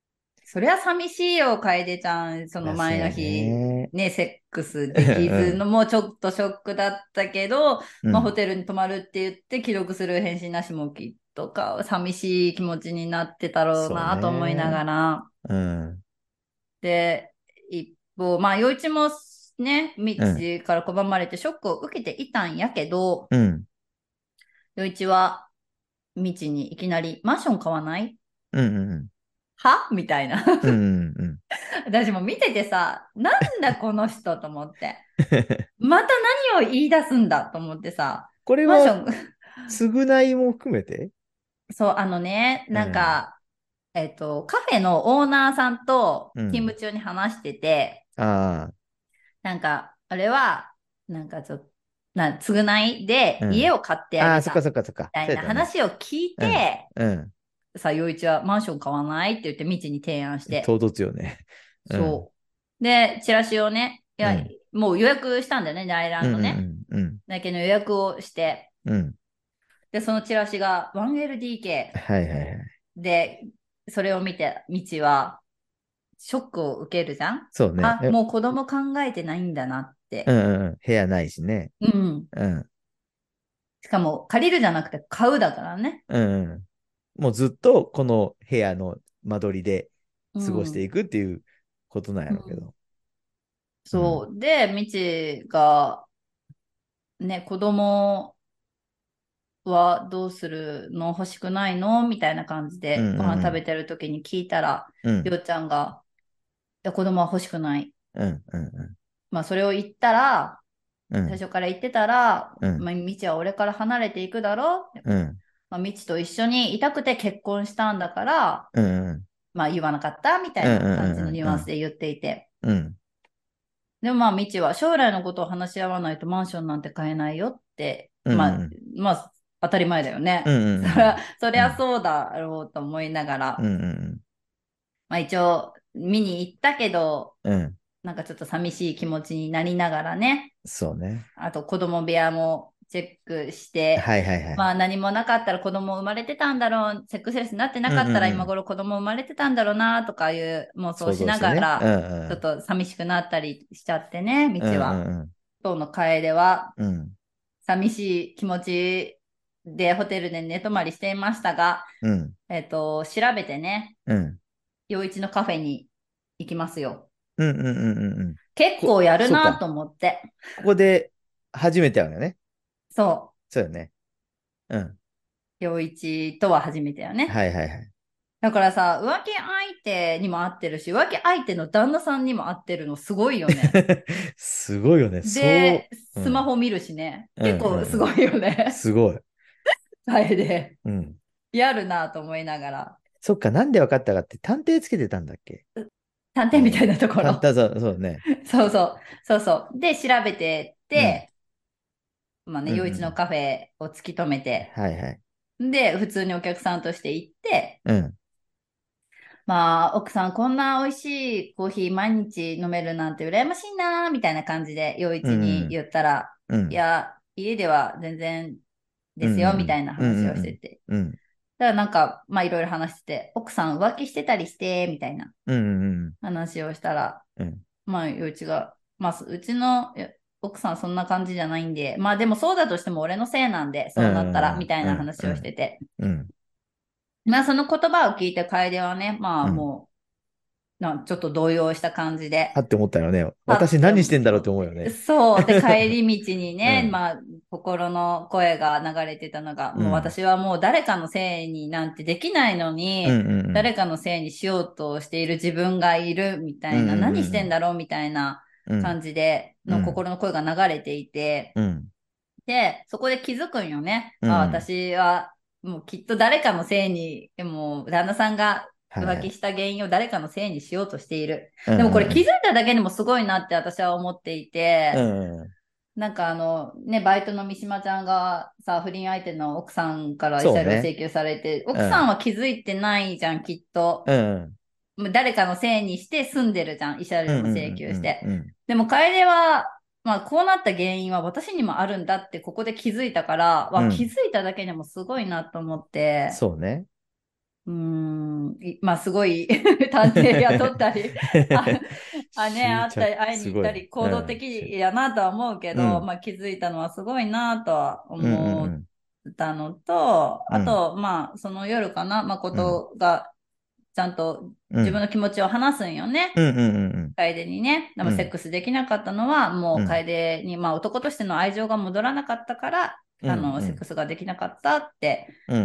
そりゃ寂しいよ、楓ちゃん。その前の日、ね、セックスできずのもうちょっとショックだったけど、まあホテルに泊まるって言って既読する返信なしもきっとか、寂しい気持ちになってたろうなと思いながら。で、一方、まあ、陽一もね、みちから拒まれてショックを受けていたんやけど、陽一は、みちにいきなり、マンション買わないはみたいな。私も見ててさ、なんだこの人と思って。また何を言い出すんだと思ってさ。 これは、償いも含めてそう、なんか、カフェのオーナーさんと勤務中に話してて、なんか、あれは、なんかちょっと、償いで家を買ってあげたみたいな話を聞いて、さあ、陽一はマンション買わないって言ってみちに提案して。 唐突よね。 そう。で、チラシをね、いや、もう予約したんだよね、内覧のね。だけど予約をして、で、そのチラシが 1LDK で、それを見て、みちは、ショックを受けるじゃん。 そうね。 あ、もう子供考えてないんだなって。 部屋ないしね。 しかも、借りるじゃなくて買うだからね。 もうずっとこの部屋の間取りで過ごしていくっていうことなんやろうけど。 そう。で、みちが、ね、子供はどうするの欲しくないのみたいな感じでご飯食べてる時に聞いたら、りょうちゃんが、いや、子供は欲しくない。まあ、それを言ったら、最初から言ってたら、まあ、みちは俺から離れていくだろまあ、みちと一緒にいたくて結婚したんだから、まあ、言わなかったみたいな感じのニュアンスで言っていて。でもまあ、みちは将来のことを話し合わないとマンションなんて買えないよって、まあ、当たり前だよね。そりゃそうだろうと思いながら、まあ一応見に行ったけど、なんかちょっと寂しい気持ちになりながらね。 そうね。 あと子供部屋もチェックして、まあ何もなかったら子供生まれてたんだろう、セックスレスになってなかったら今頃子供生まれてたんだろうなとかいう妄想しながら、ちょっと寂しくなったりしちゃってね、道は。当の楓は、寂しい気持ちでホテルで寝泊まりしていましたが、調べてね、陽一のカフェに行きますよ。結構やるなと思って。 ここで初めて会うよね。 そう。 そうよね。 陽一とは初めてよね。だからさ、浮気相手にも会ってるし、浮気相手の旦那さんにも会ってるのすごいよね。 すごいよね。 で、スマホ見るしね。結構すごいよね。 すごい。 大で。やるなと思いながら。 そっか、なんで分かったかって探偵つけてたんだっけ？ 探偵みたいなところ。 そうね。 そう。で、調べてって、まあね、陽一のカフェを突き止めて、で、普通にお客さんとして行って、まあ、奥さん、こんな美味しいコーヒー毎日飲めるなんて羨ましいな、みたいな感じで、陽一に言ったら、いや、家では全然ですよ、みたいな話をしてて。だからなんか、まあいろいろ話してて、奥さん浮気してたりして、みたいな話をしたら、まあ、陽一が、まあ、うちの奥さんそんな感じじゃないんで、まあでもそうだとしても俺のせいなんで、そうなったら、みたいな話をしてて。まあその言葉を聞いて楓はね、まあもう、ちょっと動揺した感じで。 はって思ったよね。私何してんだろうって思うよね。 そう。で、帰り道にね、まあ、心の声が流れてたのが、もう私はもう誰かのせいになんてできないのに、誰かのせいにしようとしている自分がいるみたいな、何してんだろうみたいな感じで、の心の声が流れていて、で、そこで気づくんよね。私は、もうきっと誰かのせいに、もう旦那さんが浮気した原因を誰かのせいにしようとしている。でもこれ気づいただけでもすごいなって私は思っていて、なんかね、バイトの三島ちゃんがさ、不倫相手の奥さんから慰謝料請求されて、奥さんは気づいてないじゃん、きっと。誰かのせいにして住んでるじゃん、慰謝料も請求して。でも楓は、まあ、こうなった原因は私にもあるんだってここで気づいたから、気づいただけでもすごいなと思って。 そうね。 まあすごい探偵雇ったり会ったり会いにすごい。 行ったり行動的やなとは思うけど、まあ気づいたのはすごいなとは思ったのと、あと、まあその夜かな、誠がちゃんと自分の気持ちを話すんよね。楓にね。でもセックスできなかったのは、もう楓に、まあ男としての愛情が戻らなかったから、セックスができなかったって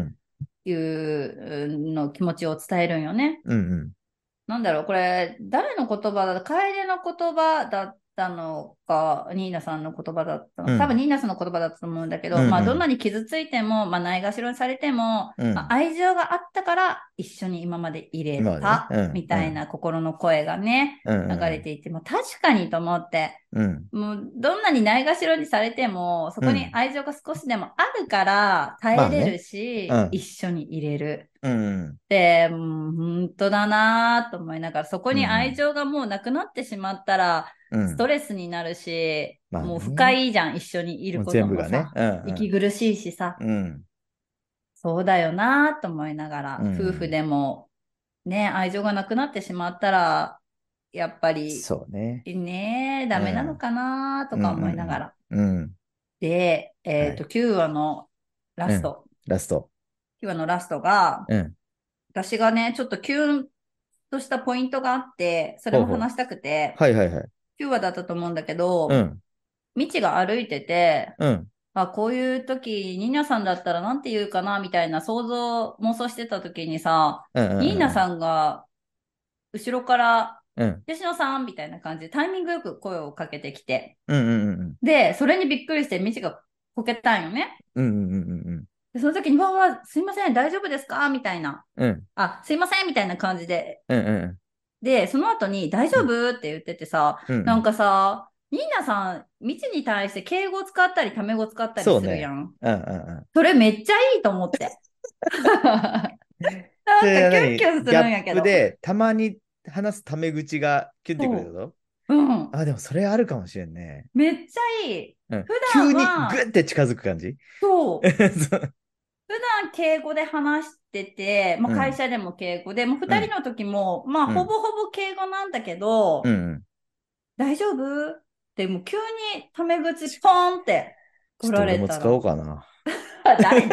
いうの気持ちを伝えるんよね。なんだろう、これ、誰の言葉だ、楓の言葉だったのか、ニーナさんの言葉だったのか、多分ニーナさんの言葉だったと思うんだけど、まあ、どんなに傷ついても、まあ、ないがしろにされても、まあ、愛情があったから一緒に今まで入れた、みたいな心の声がね、流れていて、まあ、確かにと思って、もう、どんなにないがしろにされても、そこに愛情が少しでもあるから耐えれるし、一緒に入れる。で、本当だなと思いながら、そこに愛情がもうなくなってしまったら、ストレスになるし、もう不快じゃん、一緒にいることもさ、息苦しいしさ、そうだよなと思いながら、夫婦でもね、愛情がなくなってしまったら、やっぱり、ね、ダメなのかなとか思いながら。で、9話のラスト。9話のラストが、私がね、ちょっとキュンとしたポイントがあって、それも話したくて、9話だったと思うんだけど、みちが歩いてて、こういう時、ニーナさんだったらなんて言うかな、みたいな妄想してた時にさ、ニーナさんが後ろから、吉野さんみたいな感じでタイミングよく声をかけてきて、で、それにびっくりしてみちがこけたんよね。でその時に、すいません、大丈夫ですかみたいな。すいません、みたいな感じで。で、その後に、大丈夫って言っててさ、なんかさ、ニーナさん、みちに対して敬語使ったり、タメ語使ったりするやん。それめっちゃいいと思って。なんかキュンキュンするんやけど。 ギャップで、たまに話すタメ口がキュンってくるってこと？でもそれあるかもしれんね。 めっちゃいい。普段は急にグッて近づく感じ？ そう。普段敬語で話してて、会社でも敬語で、2人の時も、ほぼほぼ敬語なんだけど、大丈夫って、もう急にタメ口ポーンって来られたら。 ちょっと俺も使おうかな。 誰に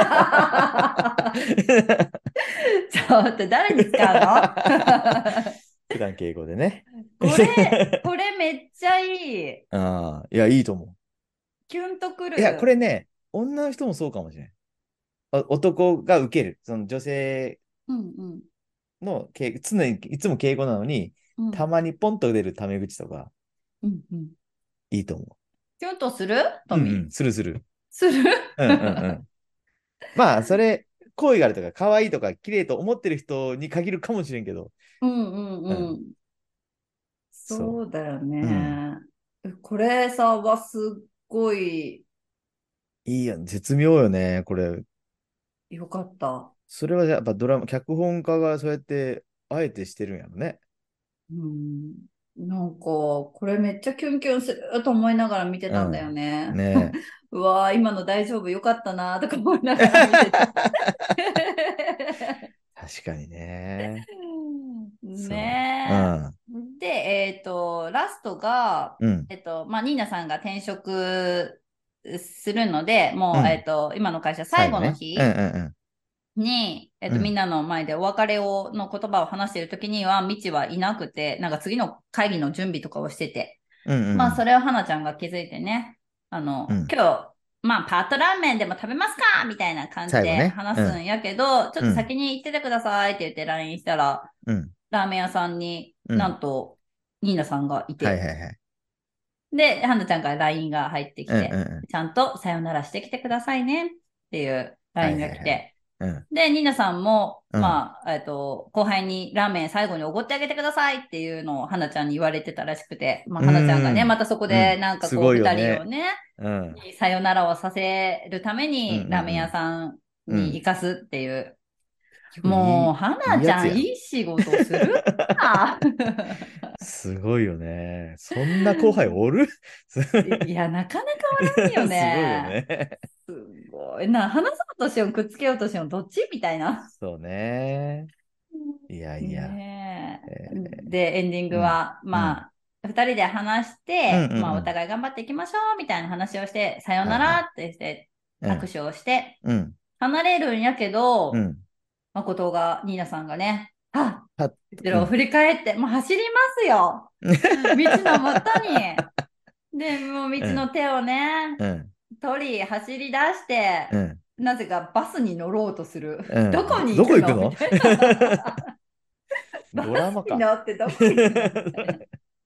ちょっと誰に使うの？ 普段敬語でね。 これめっちゃいい。 いや、いいと思う。 キュンとくる。 いや、これね、女の人もそうかもしれない。男が受ける。その女性の常にいつも敬語なのに、たまにポンと出るタメ口とか、いいと思う。 キュンとする？トミー。 する。するまあ、それ、好意があるとか、可愛いとか、綺麗と思ってる人に限るかもしれんけど。 そうだよね。これさ、すっごい。 いいよ、絶妙よね、これ。 よかった。 それはやっぱ脚本家がそうやって、あえてしてるんやろね。 なんか、これめっちゃキュンキュンすると思いながら見てたんだよね。うわー、今の大丈夫よかったなとか思いながら見てた。 確かにね。 ねで、ラストが、ニーナさんが転職するので、もう、今の会社最後の日に、みんなの前でお別れの言葉を話しているときには、みちはいなくて、なんか次の会議の準備とかをしてて、それを花ちゃんが気づいてね、今日、パートラーメンでも食べますかみたいな感じで話すんやけど、ちょっと先に行っててくださいって言って LINE したら、ラーメン屋さんになんと、ニーナさんがいて、で、花ちゃんから LINE が入ってきて、ちゃんとさよならしてきてくださいねっていう LINE が来て、で、ニーナさんも、後輩にラーメン最後におごってあげてくださいっていうのを花ちゃんに言われてたらしくて、花ちゃんがね、またそこでなんかこう、二人をね、さよならをさせるために、ラーメン屋さんに行かすっていう。 結構もう、 いい花ちゃん、 やつやん。 いい仕事するな。 すごいよね。そんな後輩おる？ いや、なかなかおらんよすごいよね。 ね。 すごいな。話そうとしよう、くっつけようとしよう、どっちみたいな。 そうね。いやいや。 ねえ。 えで、エンディングうん。 は、 うん。 まあ、二人で話しうんうて、まあ、おんうん。 互い頑張っていきましょう、みたいな話をして、さよなはいはい。 らってして、 うん。 握手をして、 うん。 離れるんやけど、 うん。 誠が、ニーナさんがね、はっ、 は、 後ろをうん。 振り返って、もう走りますよ。道のもとに。で、もう道のうん。 手をね、 うん。 取り、走り出して、 うん。 なぜかバスに乗ろうとする。 うどこん。 に行くどこ行くの？ のみたいな。バドラマスにか。 乗ってどこ行くのみたいな。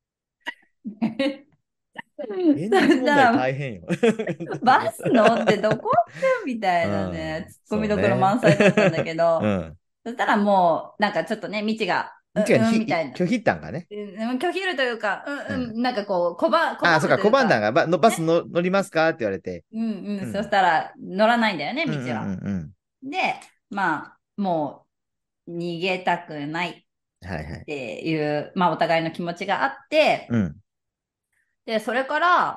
エンディングそし問題たら、 大変よ。 バス乗ってどこ行くみたいなね、 うん。 ツッコミどころそうね。 満載だったんだけど、 うん。 そしたらもう、なんかちょっとね、道が、 みちがみたいな。 拒否ったんかね。 拒否るというか、 うん。 なんかこう、 あ、そ拒っか、小むというか、 判団がバスね。 乗りますかって言われて。 うんうん、そしうん。 たら乗らないんだよね、 うんうん道は。 うんで、まあ、もう逃げたくないっうん。はいはい。 ていう、まあ、お互いの気持ちがあって、 うん。 で、それから、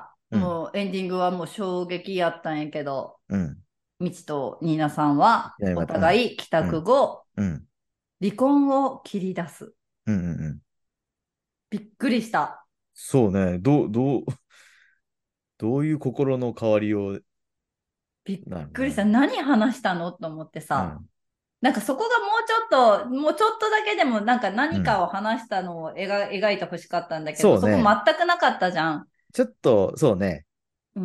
うん。 もうエンディングはもう衝撃やったんやけど、 うん。 みちとニーナさんは、おやりまった。うん。 互い帰うん。 宅後、 うん。 離婚を切り出す。 うんうんうん。 びっくりした。 そうね。どういう心の変わりようびっなのね。 くりした。何話したのと思ってさ。 うん。 なんかそこがもうちょっとだけでもなんか何かうん。 を話したのを描いてほしかったんだけど、そこそうね。 全くなかったじゃん。 ちょっと、そうね。 うん。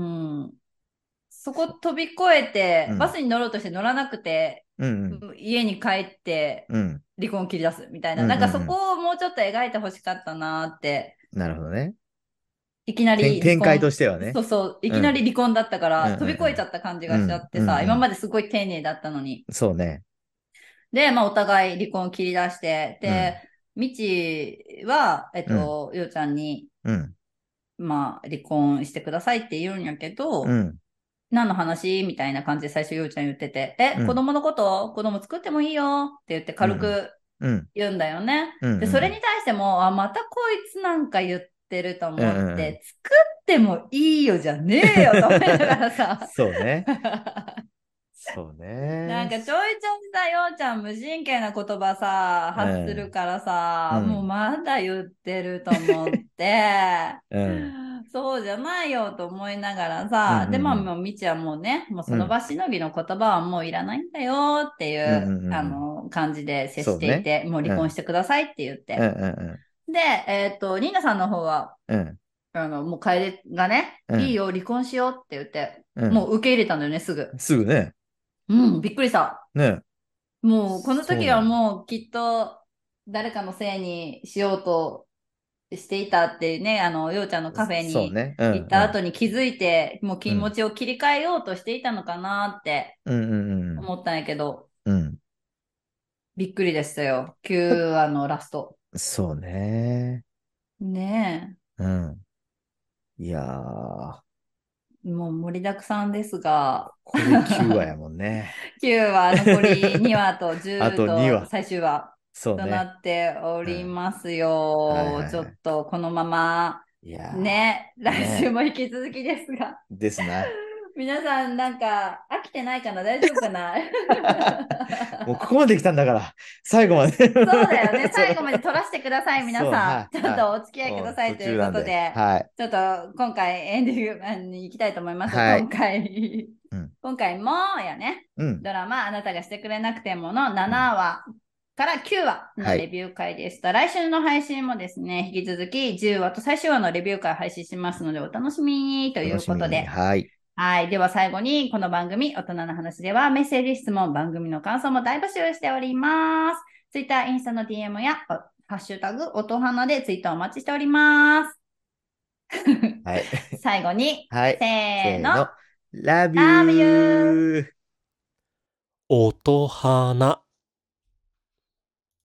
そこそ飛び越えて、バうん。 スに乗ろうとして乗らなくて、 うんうん。 家に帰ってうん。 離婚を切り出すみたいな。 うんなんかそうんうん。 こをもうちょっと描いてほしかったなって。 なるほどね。 いきなり離展開と婚。 してはね。 そうそう。いきなりうん。 離婚だったかうんら飛び越えちゃうんった感じうん。 がしちゃうん。 ってさ、今まうんうん。 ですごい丁寧だったのに。 そうね。 で、まあお互い離婚を切り出して、で、 うん。 みちは、 うん。 ようちゃんに、 うん。 まあ離婚してくださいって言うんやけど、 うん。 何の話みたいな感じで最初ようちゃん言ってて、 うん。 子供のこと子供作ってもいいよって言ってうん。 軽くうん。 言うんだよね。 うん。 で、 うん。 それに対しても、あ、またこいつなんか言ってるとうん。 思っうん。 て、作ってもいいよじゃねえよと思いながらさ。 そうね。そうなんね。 かちょいちょいさ、ようちゃん無神経な言葉さ、 う発するん。 からさ、もううん。 まだ言ってると思って、 うん。 そうじゃないよと思いながらうん。 さ、で、まあ、 うん。 もうみちはもうね、もううん。 その場しのぎの言葉はもういらないんだよっていうん。 う、 うん。 感じで接そうね。 していて、もう離婚しうん。 てくださいって言っうん。 て。 うで、ニーナさんの方は、 ん。うん。 もう楓がね、 うん。 いいよ、離婚しようって言って、 うん。 もう受け入れたんだよね、すぐ。 すぐね。 うん、びっくりした。 ね。 もう、この時はそうなんよ。 もうきっと誰かのせいにしようとしていたっていうね、ようちゃんのカフェにそうね。うん。 行った後うん。 に気づいて、もう気持うん。 ちを切り替えようとしていたのかなってうん。うん。 思ったんやけど、 うん。 びっくりでしたよ。9話のラスト。 そうね。 ねうん。いやー、 え。もう盛りだくさんですが、 これ9話やもんね。 9話残り2話とあ 10 と2 と話。 最終話となそうね。 っておりうん。 ますはいよ。ちょっはいはい。 とこのままいやね、 ー、ね。 来週も引き続きですが、 ですな。 皆さんなんか飽きてないかな、大丈夫かな。 もうここまで来たんだから、最後まで。 そうだよね。 そう。 最後まで撮らせてください、皆そう、 さん。 はい、 ちょっはい。 とお付き合いくもう途ださいというこ中なんで。 とで、 はい。 ちょっと今回エンディングに行きたいと思います。 はい。うん。 今回もやね、 うん。 ドラマあなたがしてくれなくてもの7話から9話はい。 のレビュー会でした。来週の配信もですね、引き続き10話と最終話のレビュー会配信しますのでお楽しみにとい楽しみに。 うことで、 はい。 はい。では最後に、この番組、大人の話では、メッセージ、質問、番組の感想も大募集しております。Twitter、インスタの DM や、ハッシュタグ、音花でツイートお待ちしております。 はい。 最後に、 はい。 せーの、 せーの。Love Love you! you! 音花。